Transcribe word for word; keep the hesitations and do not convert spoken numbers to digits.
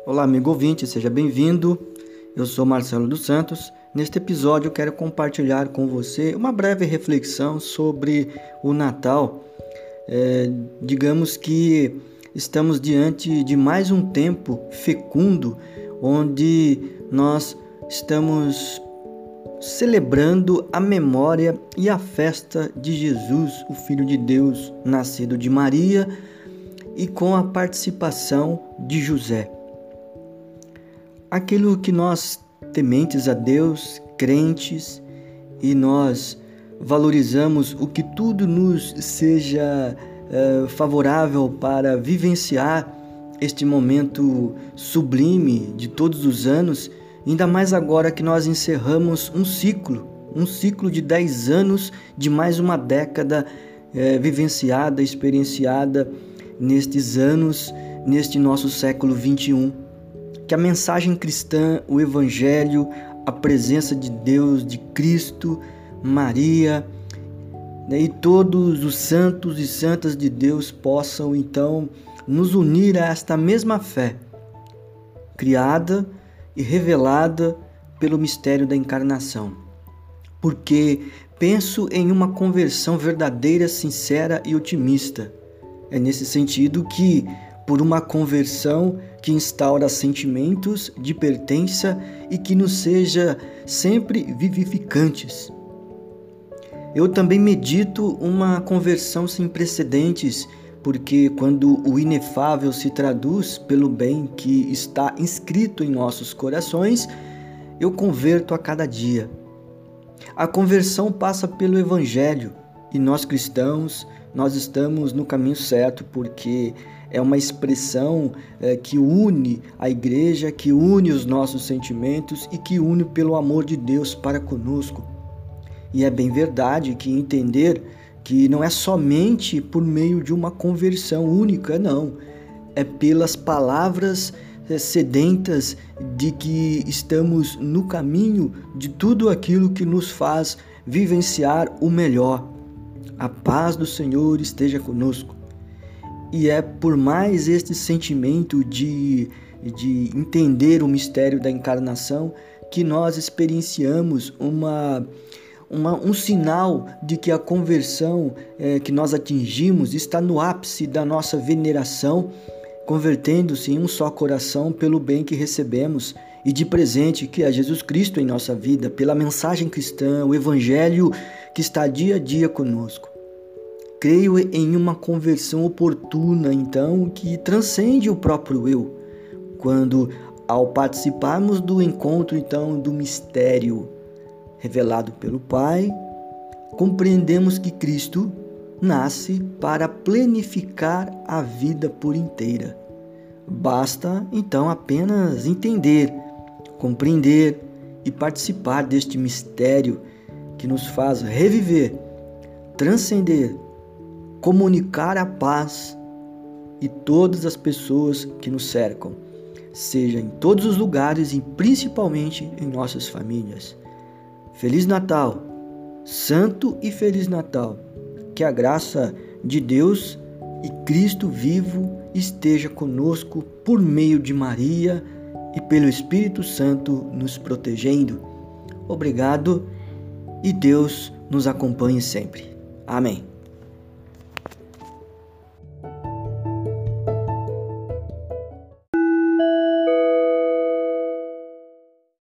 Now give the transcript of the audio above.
Olá, amigo ouvinte, seja bem-vindo. Eu sou Marcelo dos Santos. Neste episódio eu quero compartilhar com você uma breve reflexão sobre o Natal. É, digamos que estamos diante de mais um tempo fecundo, onde nós estamos celebrando a memória e a festa de Jesus, o Filho de Deus, nascido de Maria, e com a participação de José. Aquilo que nós, tementes a Deus, crentes, e nós valorizamos o que tudo nos seja uh, favorável para vivenciar este momento sublime de todos os anos, ainda mais agora que nós encerramos um ciclo, um ciclo de dez anos, de mais uma década uh, vivenciada, experienciada nestes anos, neste nosso século vinte e um. Que a mensagem cristã, o Evangelho, a presença de Deus, de Cristo, Maria, né, e todos os santos e santas de Deus possam então nos unir a esta mesma fé, criada e revelada pelo mistério da encarnação. Porque penso em uma conversão verdadeira, sincera e otimista. É nesse sentido que, por uma conversão que instaura sentimentos de pertença e que nos seja sempre vivificantes. Eu também medito uma conversão sem precedentes, porque quando o inefável se traduz pelo bem que está inscrito em nossos corações, eu converto a cada dia. A conversão passa pelo Evangelho e nós cristãos, nós estamos no caminho certo, porque é uma expressão é, que une a igreja, que une os nossos sentimentos e que une pelo amor de Deus para conosco. E é bem verdade que entender que não é somente por meio de uma conversão única, não. É pelas palavras é, sedentas de que estamos no caminho de tudo aquilo que nos faz vivenciar o melhor. A paz do Senhor esteja conosco. E é por mais este sentimento de, de entender o mistério da encarnação que nós experienciamos uma, uma, um sinal de que a conversão é, que nós atingimos está no ápice da nossa veneração, convertendo-se em um só coração pelo bem que recebemos e de presente que é Jesus Cristo em nossa vida, pela mensagem cristã, o Evangelho que está dia a dia conosco. Creio em uma conversão oportuna, então, que transcende o próprio eu, quando, ao participarmos do encontro, então, do mistério revelado pelo Pai, compreendemos que Cristo nasce para planificar a vida por inteira. Basta, então, apenas entender, compreender e participar deste mistério que nos faz reviver, transcender, comunicar a paz e todas as pessoas que nos cercam, seja em todos os lugares e principalmente em nossas famílias. Feliz Natal, Santo e Feliz Natal. Que a graça de Deus e Cristo vivo esteja conosco por meio de Maria e pelo Espírito Santo nos protegendo. Obrigado e Deus nos acompanhe sempre. Amém.